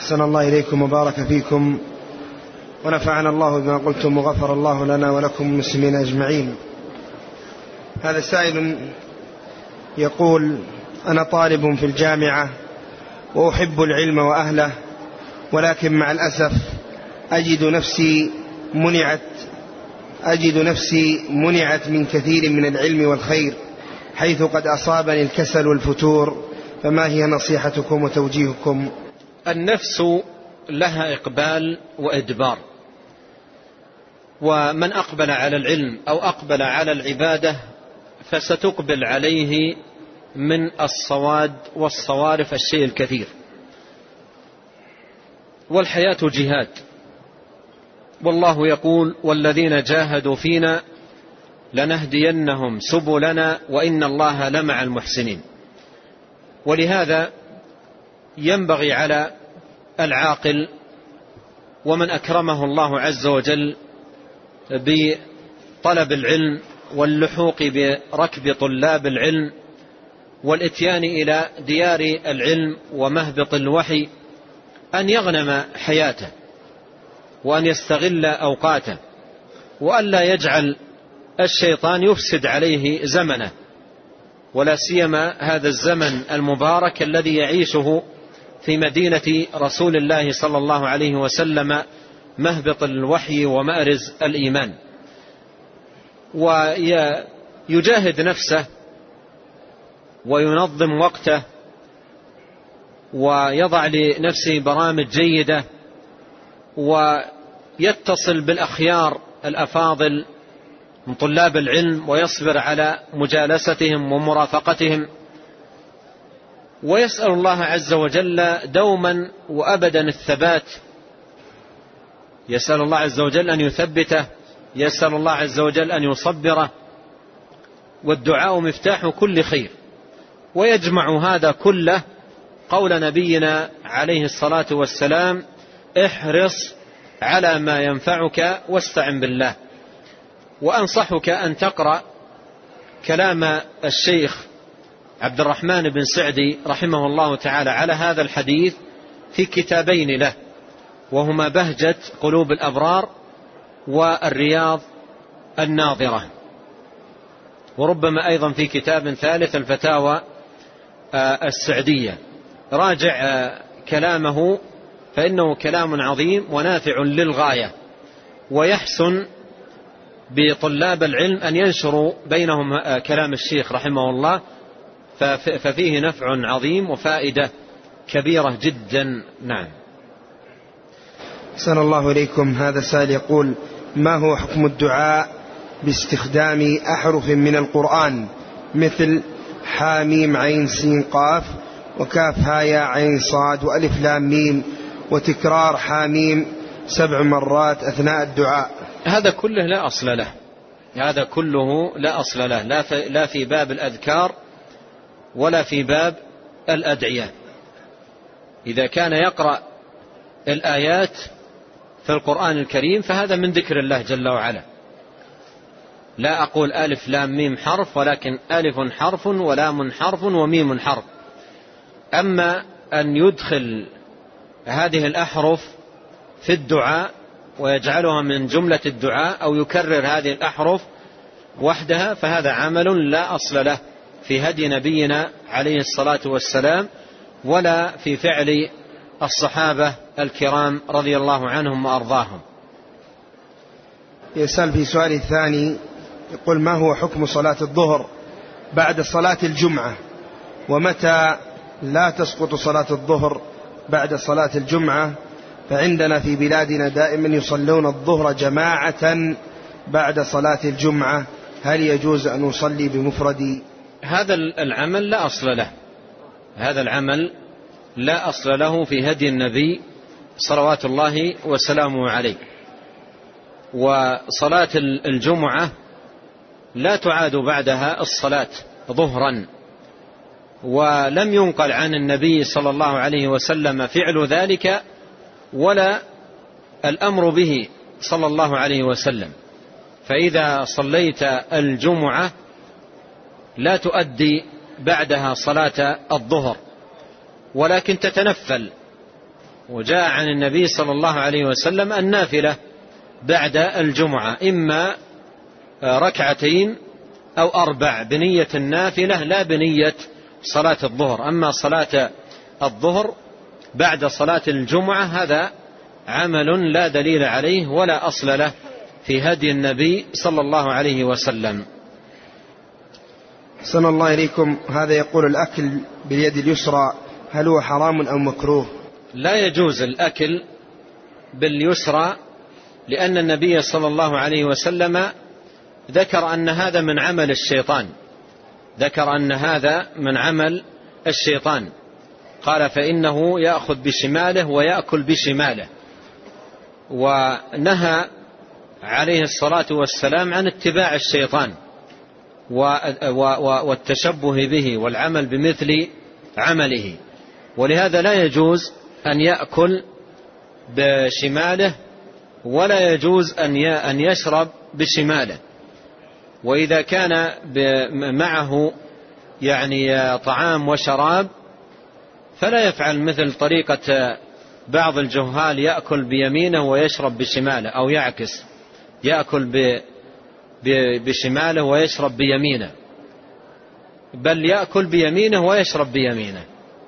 أحسن الله إليكم وبارك فيكم، ونفعنا الله بما قلتم وغفر الله لنا ولكم المسلمين أجمعين. هذا سائل يقول: أنا طالب في الجامعة وأحب العلم وأهله، ولكن مع الأسف أجد نفسي منعت من كثير من العلم والخير، حيث قد أصابني الكسل والفتور، فما هي نصيحتكم وتوجيهكم؟ النفس لها إقبال وإدبار، ومن أقبل على العلم أو أقبل على العبادة فستقبل عليه من الصواد والصوارف الشيء الكثير. والحياة جهاد، والله يقول: والذين جاهدوا فينا لنهدينهم سبلنا وإن الله لمع المحسنين. ولهذا ينبغي على العاقل ومن أكرمه الله عز وجل بطلب العلم واللحوق بركب طلاب العلم والإتيان إلى ديار العلم ومهبط الوحي أن يغنم حياته وأن يستغل أوقاته، وأن لا يجعل الشيطان يفسد عليه زمنه، ولا سيما هذا الزمن المبارك الذي يعيشه في مدينة رسول الله صلى الله عليه وسلم، مهبط الوحي ومأرز الإيمان. ويجاهد نفسه وينظم وقته ويضع لنفسه برامج جيدة، ويتصل بالأخيار الأفاضل من طلاب العلم ويصبر على مجالستهم ومرافقتهم، ويسأل الله عز وجل دوما وأبدا الثبات. يسأل الله عز وجل أن يثبته، يسأل الله عز وجل أن يصبره، والدعاء مفتاح كل خير. ويجمع هذا كله قول نبينا عليه الصلاة والسلام: احرص على ما ينفعك واستعن بالله. وأنصحك أن تقرأ كلام الشيخ عبد الرحمن بن سعدي رحمه الله تعالى على هذا الحديث في كتابين له، وهما بهجة قلوب الأبرار والرياض الناظرة، وربما أيضا في كتاب ثالث الفتاوى السعدية. راجع كلامه فإنه كلام عظيم ونافع للغاية، ويحسن بطلاب العلم أن ينشروا بينهم كلام الشيخ رحمه الله، ففيه نفع عظيم وفائدة كبيرة جدا. نعم. أحسن الله إليكم. هذا سائل يقول: ما هو حكم الدعاء باستخدام أحرف من القرآن مثل حاميم عين سين قاف وكاف هايا عين صاد وألف لام ميم، وتكرار حاميم 7 مرات أثناء الدعاء؟ هذا كله لا أصل له، هذا كله لا أصل له، لا في باب الأذكار ولا في باب الأدعية. إذا كان يقرأ الآيات في القرآن الكريم فهذا من ذكر الله جل وعلا. لا أقول ألف لام ميم حرف، ولكن ألف حرف ولام حرف وميم حرف. أما أن يدخل هذه الأحرف في الدعاء ويجعلها من جملة الدعاء أو يكرر هذه الأحرف وحدها فهذا عمل لا أصل له في هدي نبينا عليه الصلاة والسلام، ولا في فعل الصحابة الكرام رضي الله عنهم وأرضاهم. يسأل في سؤال الثاني يقول: ما هو حكم صلاة الظهر بعد صلاة الجمعة، ومتى لا تسقط صلاة الظهر بعد صلاة الجمعة؟ فعندنا في بلادنا دائما يصلون الظهر جماعة بعد صلاة الجمعة، هل يجوز أن أصلي بمفردي؟ هذا العمل لا أصل له، هذا العمل لا أصل له في هدي النبي صلوات الله وسلامه عليه. وصلاة الجمعة لا تعاد بعدها الصلاة ظهرا، ولم ينقل عن النبي صلى الله عليه وسلم فعل ذلك ولا الأمر به صلى الله عليه وسلم. فإذا صليت الجمعة لا تؤدي بعدها صلاة الظهر، ولكن تتنفل وجاء عن النبي صلى الله عليه وسلم النافلة بعد الجمعة إما ركعتين أو 4 بنية النافلة لا بنية صلاة الظهر. أما صلاة الظهر بعد صلاة الجمعة هذا عمل لا دليل عليه ولا أصل له في هدي النبي صلى الله عليه وسلم. أحسن الله إليكم. هذا يقول الأكل باليد اليسرى هل هو حرام أو مكروه؟ لا يجوز الأكل باليسرى، لأن النبي صلى الله عليه وسلم ذكر أن هذا من عمل الشيطان، ذكر أن هذا من عمل الشيطان، قال فإنه يأخذ بشماله ويأكل بشماله. ونهى عليه الصلاة والسلام عن اتباع الشيطان والتشبه به والعمل بمثل عمله، ولهذا لا يجوز أن يأكل بشماله ولا يجوز أن يشرب بشماله. وإذا كان معه يعني طعام وشراب فلا يفعل مثل طريقة بعض الجهال يأكل بيمينه ويشرب بشماله، أو يعكس يأكل بشماله ويشرب بيمينه، بل يأكل بيمينه ويشرب بيمينه.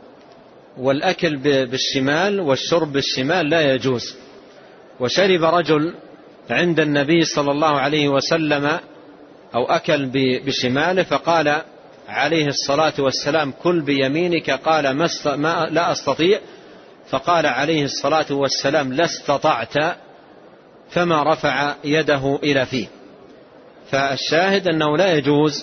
والأكل بالشمال والشرب بالشمال لا يجوز. وشرب رجل عند النبي صلى الله عليه وسلم أو أكل بشماله فقال عليه الصلاة والسلام كل بيمينك، قال لا أستطيع، فقال عليه الصلاة والسلام لا استطعت، فما رفع يده إلى فيه. فالشاهد أنه لا يجوز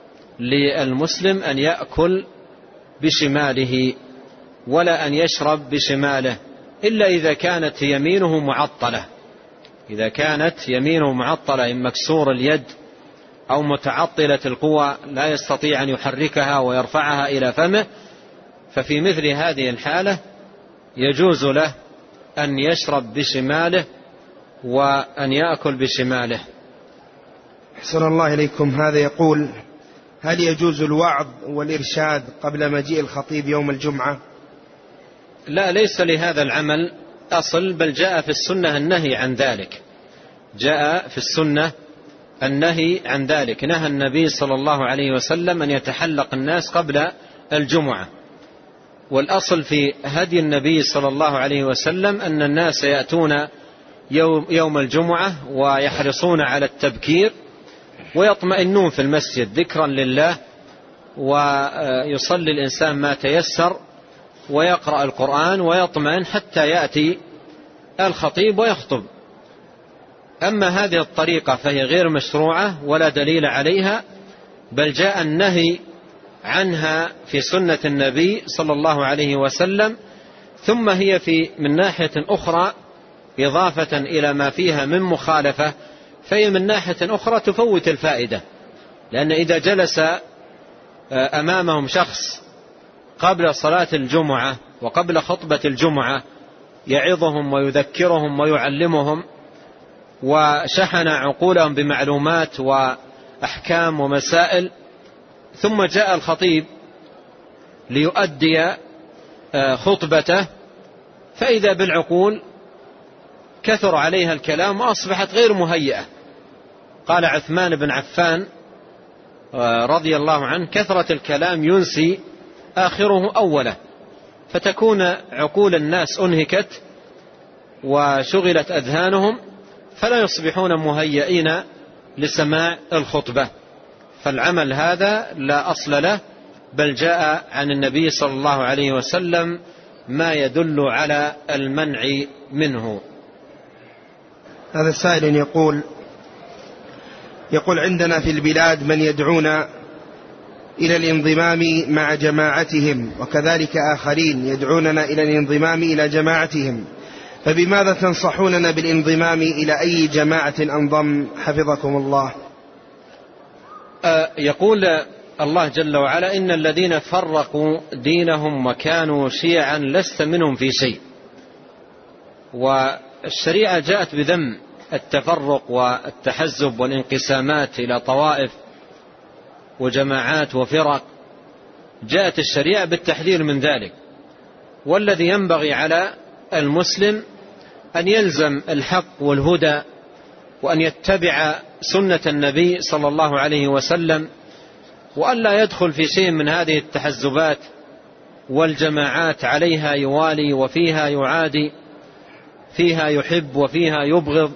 للمسلم أن يأكل بشماله ولا أن يشرب بشماله إلا إذا كانت يمينه معطلة. إذا كانت يمينه معطلة إن مكسور اليد أو متعطلة القوى لا يستطيع أن يحركها ويرفعها إلى فمه، ففي مثل هذه الحالة يجوز له أن يشرب بشماله وأن يأكل بشماله. أحسن الله إليكم. هذا يقول هل يجوز الوعظ والإرشاد قبل مجيء الخطيب يوم الجمعة؟ لا، ليس لهذا العمل أصل، بل جاء في السنة النهي عن ذلك. جاء في السنة النهي عن ذلك، نهى النبي صلى الله عليه وسلم أن يتحلق الناس قبل الجمعة. والأصل في هدي النبي صلى الله عليه وسلم أن الناس يأتون يوم الجمعة ويحرصون على التبكير ويطمئنون في المسجد ذكرا لله، ويصلي الإنسان ما تيسر ويقرأ القرآن ويطمئن حتى يأتي الخطيب ويخطب. أما هذه الطريقة فهي غير مشروعة ولا دليل عليها، بل جاء النهي عنها في سنة النبي صلى الله عليه وسلم. ثم هي من ناحية أخرى إضافة إلى ما فيها من مخالفة، فهي من ناحية أخرى تفوت الفائدة، لأن إذا جلس أمامهم شخص قبل صلاة الجمعة وقبل خطبة الجمعة يعظهم ويذكرهم ويعلمهم وشحن عقولهم بمعلومات وأحكام ومسائل، ثم جاء الخطيب ليؤدي خطبته فإذا بالعقول كثر عليها الكلام وأصبحت غير مهيئة. قال عثمان بن عفان رضي الله عنه كثرة الكلام ينسي آخره أوله، فتكون عقول الناس أنهكت وشغلت أذهانهم فلا يصبحون مهيئين لسماع الخطبة. فالعمل هذا لا أصل له، بل جاء عن النبي صلى الله عليه وسلم ما يدل على المنع منه. هذا السائل يقول عندنا في البلاد من يدعون إلى الانضمام مع جماعتهم، وكذلك آخرين يدعوننا إلى الانضمام إلى جماعتهم، فبماذا تنصحوننا بالانضمام إلى أي جماعة أنضم حفظكم الله؟ يقول الله جل وعلا إن الذين فرقوا دينهم وكانوا شيعا لست منهم في شيء. والشريعة جاءت بذم التفرق والتحزب والانقسامات إلى طوائف وجماعات وفرق، جاءت الشريعة بالتحذير من ذلك. والذي ينبغي على المسلم أن يلزم الحق والهدى، وأن يتبع سنة النبي صلى الله عليه وسلم، وأن لا يدخل في شيء من هذه التحزبات والجماعات عليها يوالي وفيها يعادي، فيها يحب وفيها يبغض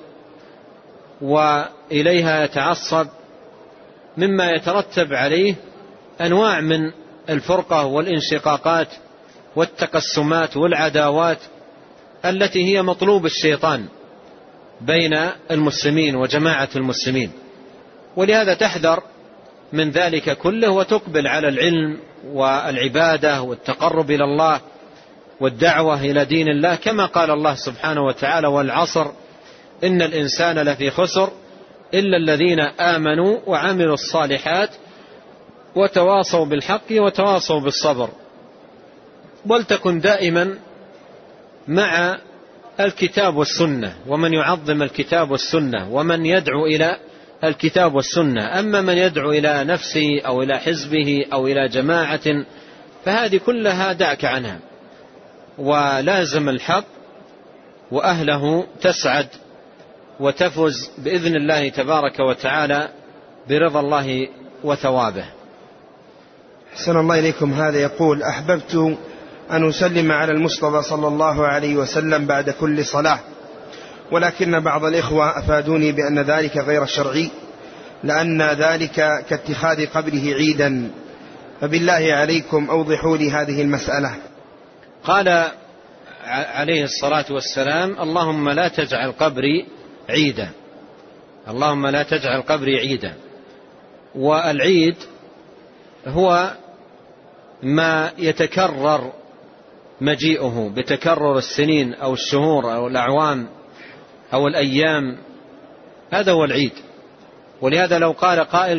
وإليها يتعصب، مما يترتب عليه أنواع من الفرقة والانشقاقات والتقسمات والعداوات التي هي مطلوب الشيطان بين المسلمين وجماعة المسلمين. ولهذا تحذر من ذلك كله، وتقبل على العلم والعبادة والتقرب إلى الله والدعوة إلى دين الله، كما قال الله سبحانه وتعالى: والعصر إن الإنسان لفي خسر إلا الذين آمنوا وعملوا الصالحات وتواصوا بالحق وتواصوا بالصبر. ولتكن دائما مع الكتاب والسنة، ومن يعظم الكتاب والسنة ومن يدعو إلى الكتاب والسنة. أما من يدعو إلى نفسه أو إلى حزبه أو إلى جماعة فهذه كلها دعك عنها، ولازم الحق وأهله تسعد وتفز بإذن الله تبارك وتعالى برضا الله وثوابه. أحسن الله إليكم. هذا يقول: أحببت أن أسلم على المصطفى صلى الله عليه وسلم بعد كل صلاة، ولكن بعض الإخوة أفادوني بأن ذلك غير شرعي، لأن ذلك كاتخاذ قبره عيدا، فبالله عليكم أوضحوا لي هذه المسألة. قال عليه الصلاة والسلام: اللهم لا تجعل قبري عيدا، اللهم لا تجعل قبري عيدا. والعيد هو ما يتكرر مجيئه بتكرر السنين أو الشهور أو الأعوام أو الأيام، هذا هو العيد. ولهذا لو قال قائل: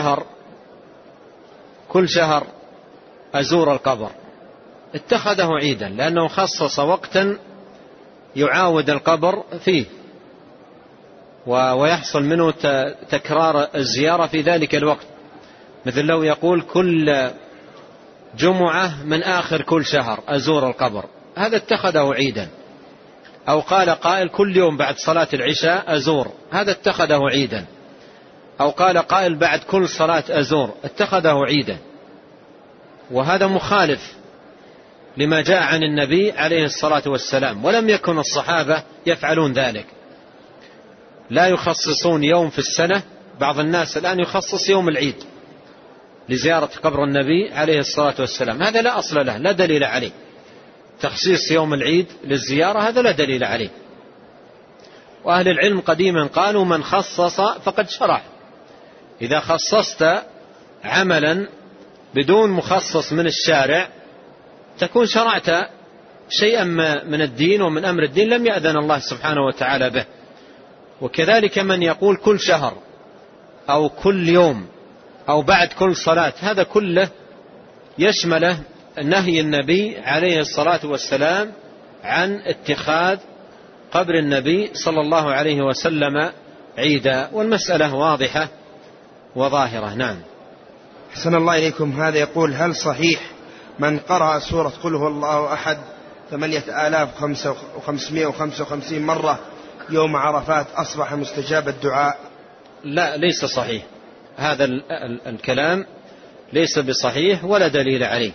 كل شهر أزور القبر، اتخذه عيدا، لأنه خصص وقتا يعاود القبر فيه ويحصل منه تكرار الزيارة في ذلك الوقت. مثل لو يقول: كل جمعة من آخر كل شهر أزور القبر، هذا اتخذه عيدا. أو قال قائل: كل يوم بعد صلاة العشاء أزور، هذا اتخذه عيدا. أو قال قائل: بعد كل صلاة أزور، اتخذه عيدا. وهذا مخالف لما جاء عن النبي عليه الصلاة والسلام، ولم يكن الصحابة يفعلون ذلك، لا يخصصون يوم في السنة. بعض الناس الآن يخصص يوم العيد لزيارة قبر النبي عليه الصلاة والسلام، هذا لا أصل له، لا دليل عليه. تخصيص يوم العيد للزيارة هذا لا دليل عليه. وأهل العلم قديما قالوا: من خصص فقد شرع. إذا خصصت عملا بدون مخصص من الشارع تكون شرعت شيئا من الدين ومن أمر الدين لم يأذن الله سبحانه وتعالى به. وكذلك من يقول كل شهر أو كل يوم أو بعد كل صلاة، هذا كله يشمله نهي النبي عليه الصلاة والسلام عن اتخاذ قبر النبي صلى الله عليه وسلم عيدا. والمسألة واضحة وظاهرة. نعم. أحسن الله إليكم. هذا يقول: هل صحيح من قرأ سورة قل هو الله أحد 8555 مرة يوم عرفات أصبح مستجاب الدعاء؟ لا، ليس صحيح، هذا الكلام ليس بصحيح ولا دليل عليه.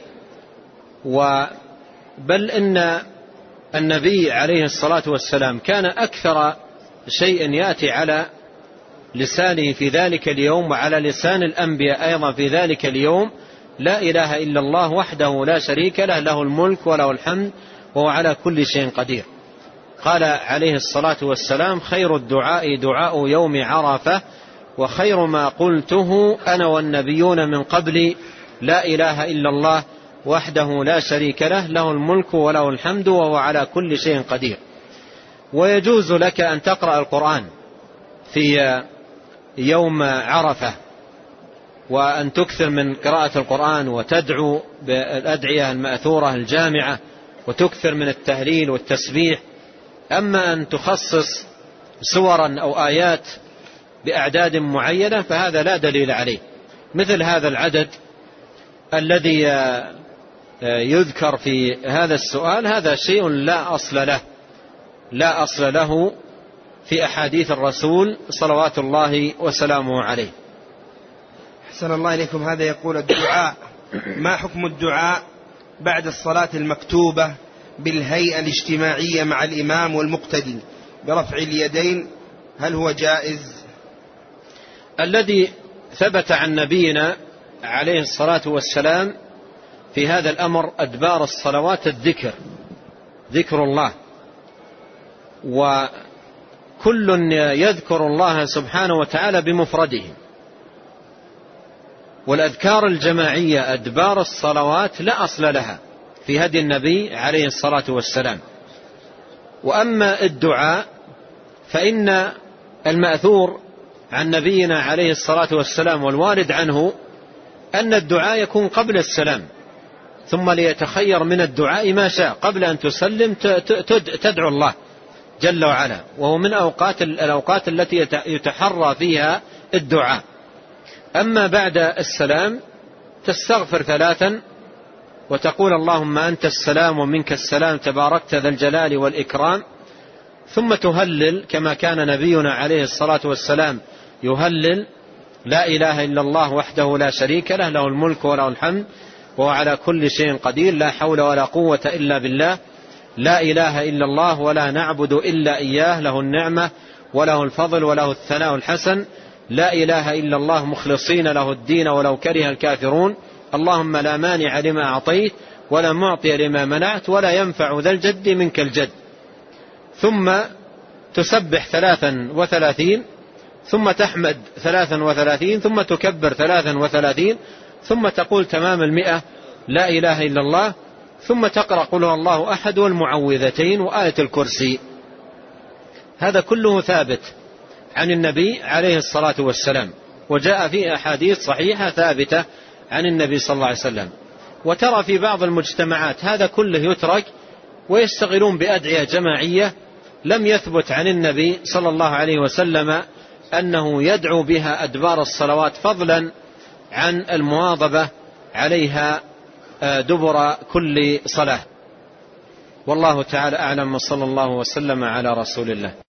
بل إن النبي عليه الصلاة والسلام كان أكثر شيء يأتي على لسانه في ذلك اليوم وعلى لسان الأنبياء أيضا في ذلك اليوم: لا إله إلا الله وحده لا شريك له، له الملك وله الحمد وهو على كل شيء قدير. قال عليه الصلاة والسلام: خير الدعاء دعاء يوم عرفة، وخير ما قلته أنا والنبيون من قبلي، لا إله إلا الله وحده لا شريك له، له الملك وله الحمد وهو على كل شيء قدير. ويجوز لك أن تقرأ القرآن في يوم عرفة، وأن تكثر من قراءة القرآن وتدعو بالأدعية المأثورة الجامعة، وتكثر من التهليل والتسبيح. أما أن تخصص سورا أو آيات بأعداد معينة فهذا لا دليل عليه. مثل هذا العدد الذي يذكر في هذا السؤال هذا شيء لا أصل له في أحاديث الرسول صلوات الله وسلامه عليه. أحسن الله إليكم. هذا يقول الدعاء، ما حكم الدعاء بعد الصلاة المكتوبة بالهيئة الاجتماعية مع الإمام والمقتدي برفع اليدين، هل هو جائز؟ الذي ثبت عن نبينا عليه الصلاة والسلام في هذا الأمر أدبار الصلوات ذكر الله، وكل يذكر الله سبحانه وتعالى بمفرده، والأذكار الجماعية أدبار الصلوات لا أصل لها في هدي النبي عليه الصلاة والسلام. وأما الدعاء فإن المأثور عن نبينا عليه الصلاة والسلام والوارد عنه أن الدعاء يكون قبل السلام، ثم ليتخير من الدعاء ما شاء قبل أن تسلم تدعو الله جل وعلا، وهو من الأوقات التي يتحرى فيها الدعاء. أما بعد السلام تستغفر 3 وتقول اللهم أنت السلام ومنك السلام تباركت ذا الجلال والإكرام، ثم تهلل كما كان نبينا عليه الصلاة والسلام يهلل لا إله إلا الله وحده لا شريك له، له الملك وله الحمد وهو على كل شيء قدير، لا حول ولا قوة إلا بالله، لا إله إلا الله ولا نعبد إلا إياه، له النعمة وله الفضل وله الثناء الحسن، لا إله إلا الله مخلصين له الدين ولو كره الكافرون، اللهم لا مانع لما أعطيت ولا معطي لما منعت ولا ينفع ذا الجد منك الجد. ثم تسبح 33، ثم تحمد 33، ثم تكبر 33، ثم تقول تمام 100 لا إله إلا الله، ثم تقرأ قل هو الله أحد والمعوذتين وآية الكرسي. هذا كله ثابت عن النبي عليه الصلاة والسلام، وجاء في أحاديث صحيحة ثابتة عن النبي صلى الله عليه وسلم. وترى في بعض المجتمعات هذا كله يترك ويشتغلون بأدعية جماعية لم يثبت عن النبي صلى الله عليه وسلم أنه يدعو بها أدبار الصلوات، فضلا عن المواظبة عليها دبر كل صلاة. والله تعالى أعلم، وصلى الله وسلم على رسول الله.